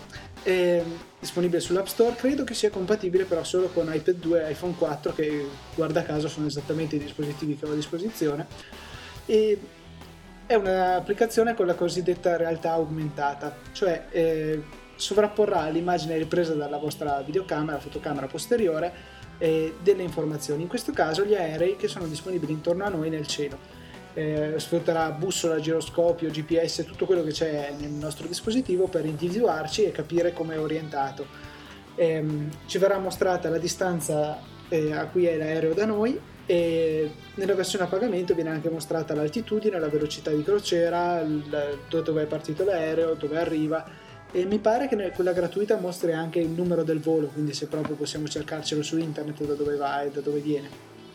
è disponibile sull'App Store, credo che sia compatibile però solo con iPad 2 e iPhone 4, che guarda caso sono esattamente i dispositivi che ho a disposizione, e è un'applicazione con la cosiddetta realtà augmentata, cioè sovrapporrà l'immagine ripresa dalla vostra videocamera, fotocamera posteriore, delle informazioni, in questo caso gli aerei che sono disponibili intorno a noi nel cielo. Sfrutterà bussola, giroscopio, GPS, tutto quello che c'è nel nostro dispositivo per individuarci e capire come è orientato. Ci verrà mostrata la distanza a cui è l'aereo da noi, e nella versione a pagamento viene anche mostrata l'altitudine, la velocità di crociera, dove è partito l'aereo, dove arriva, e mi pare che quella gratuita mostri anche il numero del volo, quindi se proprio possiamo cercarcelo su internet, da dove vai, da dove viene,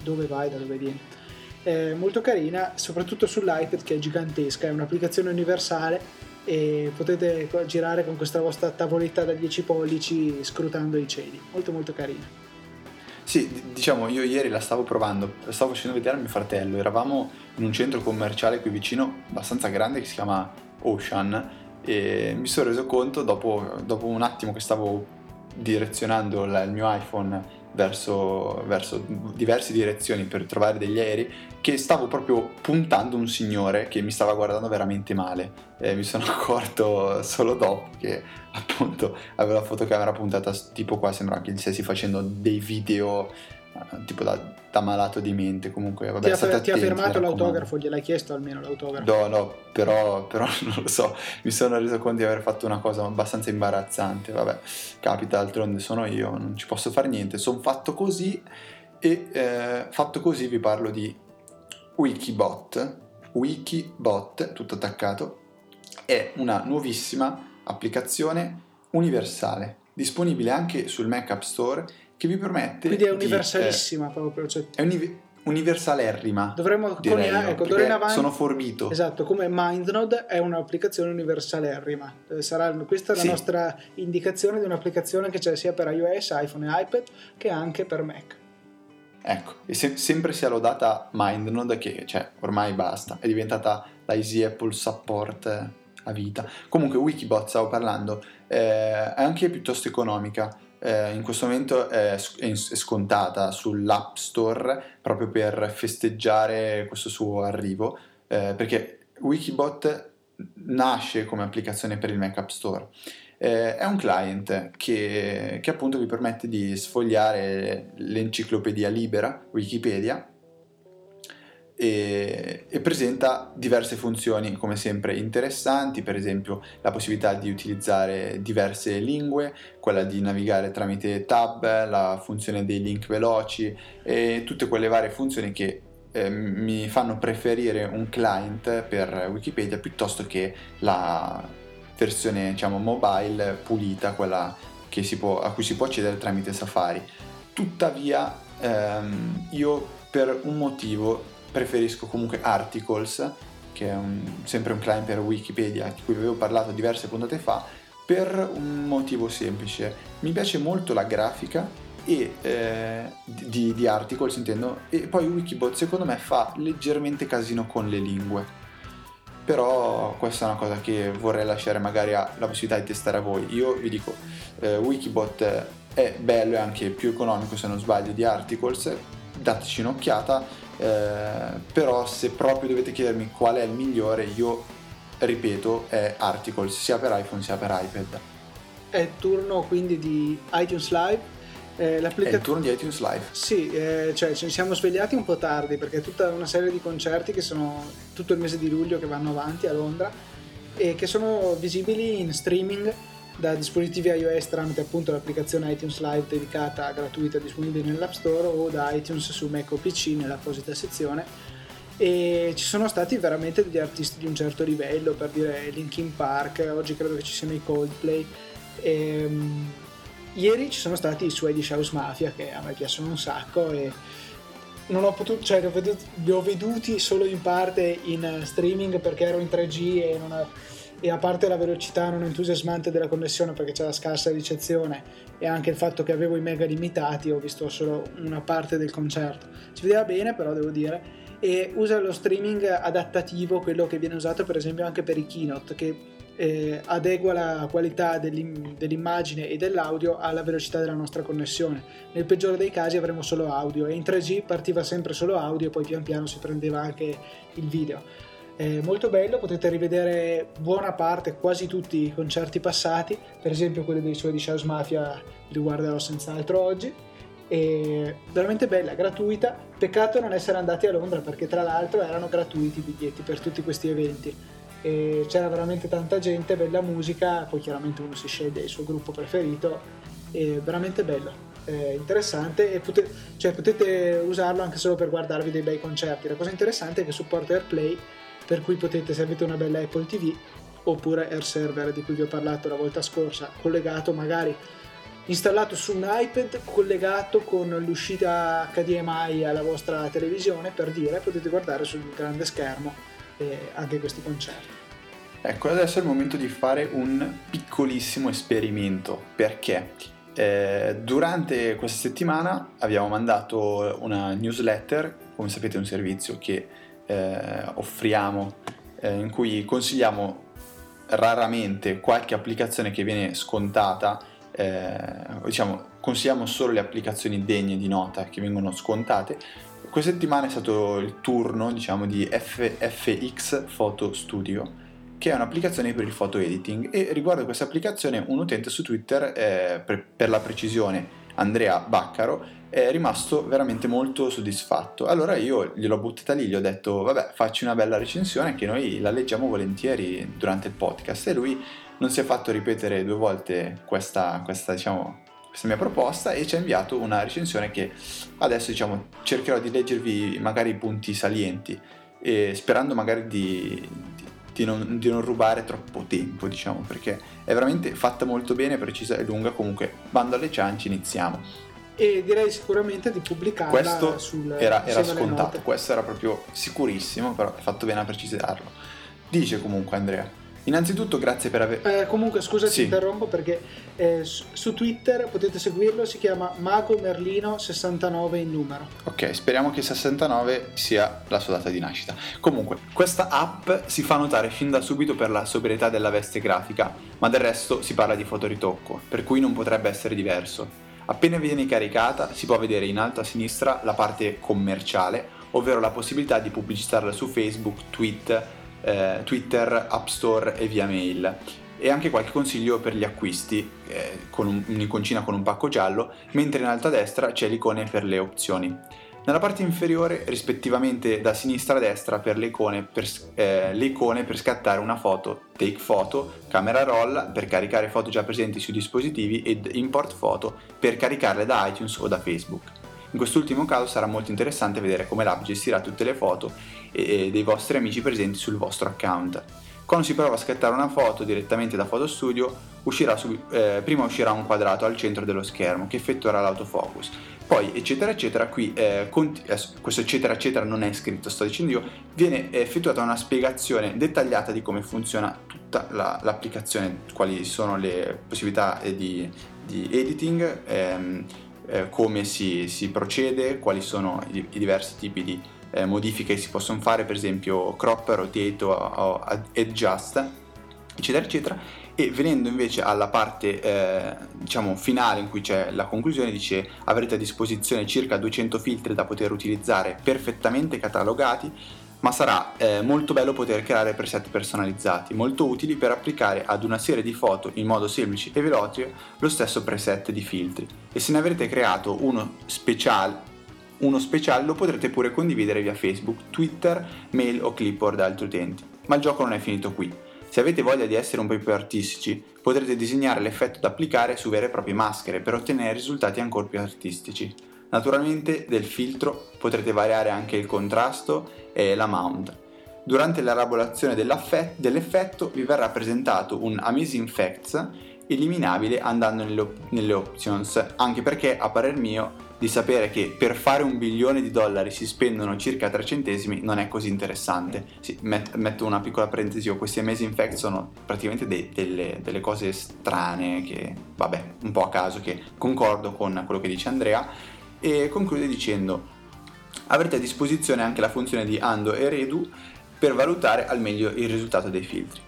È molto carina, soprattutto sull'iPad che è gigantesca, è un'applicazione universale e potete girare con questa vostra tavoletta da 10 pollici scrutando i cieli, molto molto carina. Sì, diciamo, io ieri la stavo provando, la stavo facendo vedere a mio fratello, eravamo in un centro commerciale qui vicino, abbastanza grande, che si chiama Ocean, e mi sono reso conto dopo un attimo che stavo direzionando il mio iPhone verso diverse direzioni per trovare degli aerei, che stavo proprio puntando un signore che mi stava guardando veramente male. Mi sono accorto solo dopo che appunto avevo la fotocamera puntata tipo qua, sembra che gli stessi facendo dei video tipo da malato di mente. Comunque vabbè, ti ha firmato l'autografo? Gliel'hai chiesto almeno l'autografo? No, però non lo so, mi sono reso conto di aver fatto una cosa abbastanza imbarazzante. Vabbè, capita, d'altronde sono io, non ci posso fare niente, sono fatto così. E fatto così vi parlo di Wikibot, tutto attaccato. È una nuovissima applicazione universale, disponibile anche sul Mac App Store, che vi permette quindi è universalissima proprio, cioè è universalerrima. Dovremmo d'ora in avanti, sono forbito. Esatto, come MindNode è un'applicazione universalerrima. Questa è la nostra indicazione di un'applicazione che c'è sia per iOS, iPhone e iPad che anche per Mac. Ecco, e sempre sia lodata MindNode, che cioè ormai basta, è diventata la Easy Apple Support a vita. Comunque Wikibot, stavo parlando, è anche piuttosto economica. In questo momento è scontata sull'App Store proprio per festeggiare questo suo arrivo, perché Wikibot nasce come applicazione per il Mac App Store. È un client che appunto vi permette di sfogliare l'enciclopedia libera, Wikipedia, e presenta diverse funzioni come sempre interessanti, per esempio la possibilità di utilizzare diverse lingue, quella di navigare tramite tab, la funzione dei link veloci e tutte quelle varie funzioni che mi fanno preferire un client per Wikipedia piuttosto che la versione, diciamo, mobile pulita, quella che a cui si può accedere tramite Safari. Tuttavia io per un motivo preferisco comunque Articles, che è sempre un client per Wikipedia di cui vi avevo parlato diverse puntate fa, per un motivo semplice: mi piace molto la grafica e di Articles intendo, e poi Wikibot secondo me fa leggermente casino con le lingue, però questa è una cosa che vorrei lasciare magari alla possibilità di testare a voi. Io vi dico, Wikibot è bello e anche più economico se non sbaglio di Articles, dateci un'occhiata. Però se proprio dovete chiedermi qual è il migliore, io ripeto è Articles, sia per iPhone sia per iPad. È il turno quindi di iTunes Live. È il turno di iTunes Live. Sì, cioè ci siamo svegliati un po' tardi perché è tutta una serie di concerti che sono tutto il mese di luglio che vanno avanti a Londra e che sono visibili in streaming da dispositivi iOS tramite appunto l'applicazione iTunes Live dedicata, gratuita, disponibile nell'App Store, o da iTunes su Mac o PC nell'apposita sezione. E ci sono stati veramente degli artisti di un certo livello, per dire Linkin Park, oggi credo che ci siano i Coldplay, ieri ci sono stati i Swedish House Mafia, che a me piacciono un sacco, e non ho potuto, cioè li ho veduti solo in parte in streaming perché ero in 3G e a parte la velocità non entusiasmante della connessione perché c'era scarsa ricezione e anche il fatto che avevo i mega limitati, ho visto solo una parte del concerto. Si vedeva bene, però devo dire, e usa lo streaming adattativo, quello che viene usato per esempio anche per i keynote, che adegua la qualità dell'immagine e dell'audio alla velocità della nostra connessione. Nel peggiore dei casi avremo solo audio, e in 3G partiva sempre solo audio e poi pian piano si prendeva anche il video. Molto bello, potete rivedere buona parte, quasi tutti i concerti passati, per esempio quelli dei Swedish House Mafia li guarderò senz'altro oggi. E veramente bella, gratuita. Peccato non essere andati a Londra, perché tra l'altro erano gratuiti i biglietti per tutti questi eventi e c'era veramente tanta gente, bella musica, poi chiaramente uno si sceglie il suo gruppo preferito, e veramente bello, interessante, e potete usarlo anche solo per guardarvi dei bei concerti. La cosa interessante è che supporta AirPlay, per cui potete, se avete una bella Apple TV oppure AirServer di cui vi ho parlato la volta scorsa, collegato, magari installato su un iPad, collegato con l'uscita HDMI alla vostra televisione, per dire, potete guardare sul grande schermo anche questi concerti. Ecco, adesso è il momento di fare un piccolissimo esperimento, perché durante questa settimana abbiamo mandato una newsletter, come sapete un servizio che offriamo, in cui consigliamo raramente qualche applicazione che viene scontata, consigliamo solo le applicazioni degne di nota che vengono scontate. Questa settimana è stato il turno, di FX Photo Studio, che è un'applicazione per il photo editing, e riguardo a questa applicazione un utente su Twitter, per la precisione Andrea Baccaro, è rimasto veramente molto soddisfatto. Allora io gliel'ho buttata lì, gli ho detto vabbè, facci una bella recensione che noi la leggiamo volentieri durante il podcast, e lui non si è fatto ripetere 2 volte questa mia proposta, e ci ha inviato una recensione che adesso cercherò di leggervi magari i punti salienti, e sperando magari di non rubare troppo tempo, perché è veramente fatta molto bene, precisa e lunga. Comunque, bando alle ciance, iniziamo. E direi sicuramente di pubblicarla. Questo era scontato, questo era proprio sicurissimo, però è fatto bene a precisarlo. Dice comunque Andrea: innanzitutto grazie per aver... comunque scusa, sì. Ti interrompo perché su Twitter potete seguirlo, si chiama Mago Merlino 69 in numero. Ok, speriamo che 69 sia la sua data di nascita. Comunque, questa app si fa notare fin da subito per la sobrietà della veste grafica, ma del resto si parla di fotoritocco, per cui non potrebbe essere diverso. Appena viene caricata si può vedere in alto a sinistra la parte commerciale, ovvero la possibilità di pubblicizzarla su Facebook, Twitter, App Store e via mail, e anche qualche consiglio per gli acquisti, con un'iconcina con un pacco giallo, mentre in alto a destra c'è l'icona per le opzioni. Nella parte inferiore, rispettivamente da sinistra a destra, per le icone per scattare una foto, take photo, camera roll per caricare foto già presenti sui dispositivi, ed import foto per caricarle da iTunes o da Facebook. In quest'ultimo caso sarà molto interessante vedere come l'app gestirà tutte le foto dei vostri amici presenti sul vostro account. Quando si prova a scattare una foto direttamente da Photo Studio, prima uscirà un quadrato al centro dello schermo che effettuerà l'autofocus. Poi eccetera eccetera, qui questo eccetera eccetera non è scritto, sto dicendo io, viene effettuata una spiegazione dettagliata di come funziona tutta l'applicazione, quali sono le possibilità di editing, come si procede, quali sono i diversi tipi di modifiche che si possono fare, per esempio crop, rotate o adjust, eccetera eccetera. E venendo invece alla parte finale, in cui c'è la conclusione, dice: avrete a disposizione circa 200 filtri da poter utilizzare, perfettamente catalogati, ma sarà molto bello poter creare preset personalizzati, molto utili per applicare ad una serie di foto in modo semplice e veloce lo stesso preset di filtri. E se ne avrete creato uno speciale lo potrete pure condividere via Facebook, Twitter, mail o clipboard ad altri utenti. Ma il gioco non è finito qui. Se avete voglia di essere un po' più artistici, potrete disegnare l'effetto da applicare su vere e proprie maschere per ottenere risultati ancora più artistici. Naturalmente del filtro potrete variare anche il contrasto e la mount. Durante l'elaborazione dell'effetto vi verrà presentato un Amazing Facts eliminabile andando nelle options, anche perché a parer mio di sapere che per fare $1 bilione si spendono circa 3 centesimi non è così interessante. Sì, metto una piccola parentesi, questi Amazing Facts sono praticamente delle cose strane che, vabbè, un po' a caso, che concordo con quello che dice Andrea, e conclude dicendo: avrete a disposizione anche la funzione di Ando e Redo per valutare al meglio il risultato dei filtri.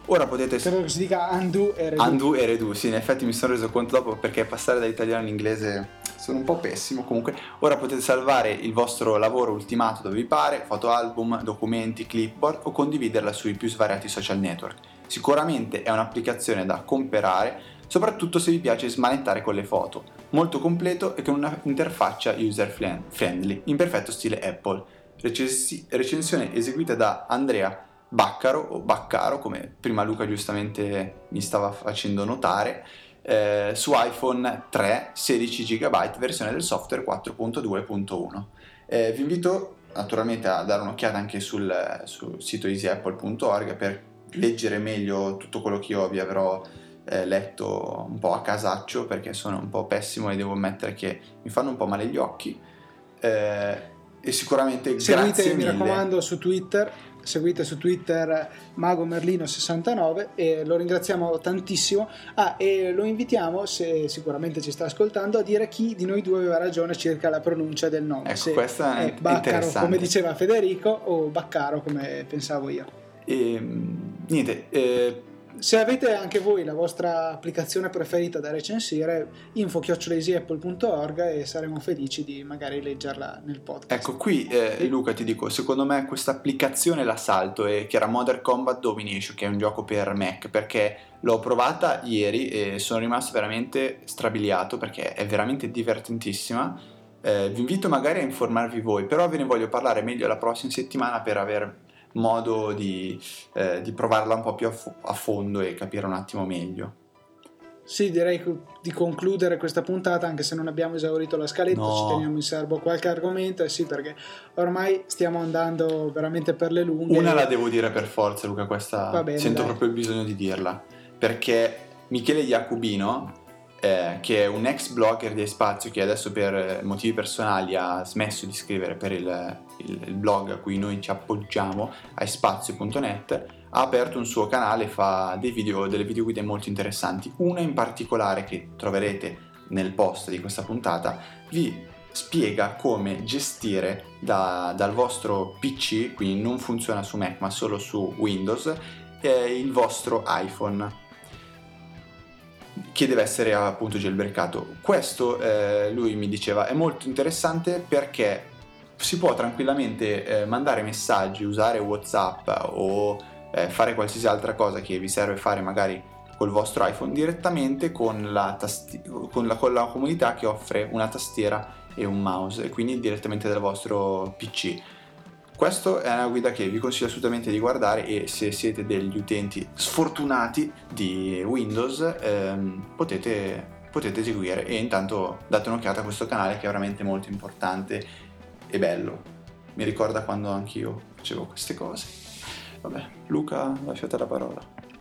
Ora potete... Credo che si dica undo e redo. Undo e redo, sì, in effetti mi sono reso conto dopo, perché passare dall'italiano all'inglese sono un po' pessimo. Comunque ora potete salvare il vostro lavoro ultimato dove vi pare, fotoalbum, documenti, clipboard, o condividerla sui più svariati social network. Sicuramente è un'applicazione da comprare, soprattutto se vi piace smanettare con le foto. Molto completo e con una interfaccia user friendly, in perfetto stile Apple. Recensione eseguita da Andrea Baccaro, o Baccaro come prima Luca giustamente mi stava facendo notare, su iPhone 3 16 GB, versione del software 4.2.1. Vi invito naturalmente a dare un'occhiata anche sul sito easyapple.org per leggere meglio tutto quello che io vi avrò letto un po' a casaccio, perché sono un po' pessimo e devo ammettere che mi fanno un po' male gli occhi, e sicuramente grazie mille. Mi raccomando, seguite su Twitter Mago Merlino 69 e lo ringraziamo tantissimo. E lo invitiamo, se sicuramente ci sta ascoltando, a dire chi di noi due aveva ragione circa la pronuncia del nome, ecco, se questa è Baccaro interessante, come diceva Federico, o Baccaro come pensavo io. Se avete anche voi la vostra applicazione preferita da recensire, info@easyapple.org, e saremo felici di magari leggerla nel podcast. Ecco, qui Luca, ti dico, secondo me questa applicazione la salto, che era Modern Combat Domination, che è un gioco per Mac, perché l'ho provata ieri e sono rimasto veramente strabiliato, perché è veramente divertentissima. Vi invito magari a informarvi voi, però ve ne voglio parlare meglio la prossima settimana per aver modo di provarla un po' più a fondo e capire un attimo meglio. Sì, direi di concludere questa puntata, anche se non abbiamo esaurito la scaletta. Ci teniamo in serbo qualche argomento, sì, perché ormai stiamo andando veramente per le lunghe. Una la devo dire per forza, Luca, questa va bene, sento proprio il bisogno di dirla, perché Michele Jacobino, che è un ex blogger di Spazio, che adesso per motivi personali ha smesso di scrivere per il blog a cui noi ci appoggiamo, ispazio.net, ha aperto un suo canale e fa delle videoguide molto interessanti. Una in particolare, che troverete nel post di questa puntata, vi spiega come gestire dal vostro PC, quindi non funziona su Mac ma solo su Windows, il vostro iPhone, che deve essere appunto jailbreakato. Questo, lui mi diceva, è molto interessante perché si può tranquillamente mandare messaggi, usare WhatsApp o fare qualsiasi altra cosa che vi serve fare magari col vostro iPhone direttamente con la comunità che offre una tastiera e un mouse, e quindi direttamente dal vostro PC. Questa è una guida che vi consiglio assolutamente di guardare, e se siete degli utenti sfortunati di Windows potete eseguire, e intanto date un'occhiata a questo canale, che è veramente molto importante e bello. Mi ricorda quando anch'io facevo queste cose. Vabbè, Luca, lasciate la parola.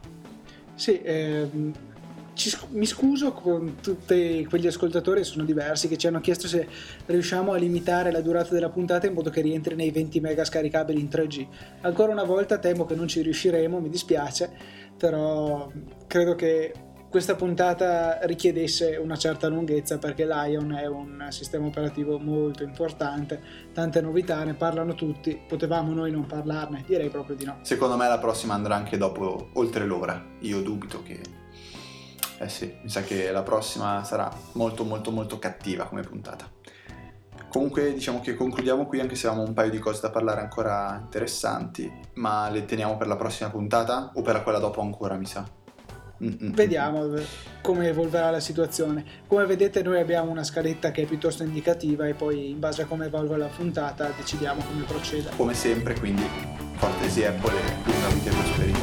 Sì, mi scuso con tutti quegli ascoltatori, sono diversi, che ci hanno chiesto se riusciamo a limitare la durata della puntata in modo che rientri nei 20 mega scaricabili in 3G. Ancora una volta temo che non ci riusciremo, mi dispiace, però credo che questa puntata richiedesse una certa lunghezza, perché Lion è un sistema operativo molto importante, tante novità, ne parlano tutti, potevamo noi non parlarne? Direi proprio di no. Secondo me la prossima andrà anche dopo, oltre l'ora. Io dubito che... sì, mi sa che la prossima sarà molto molto molto cattiva come puntata. Comunque diciamo che concludiamo qui, anche se avevamo un paio di cose da parlare ancora interessanti, ma le teniamo per la prossima puntata o per quella dopo ancora, mi sa. Vediamo come evolverà la situazione. Come vedete, noi abbiamo una scaletta che è piuttosto indicativa, e poi in base a come evolve la puntata decidiamo come procedere. Come sempre, quindi forte Easy Apple e buona vita per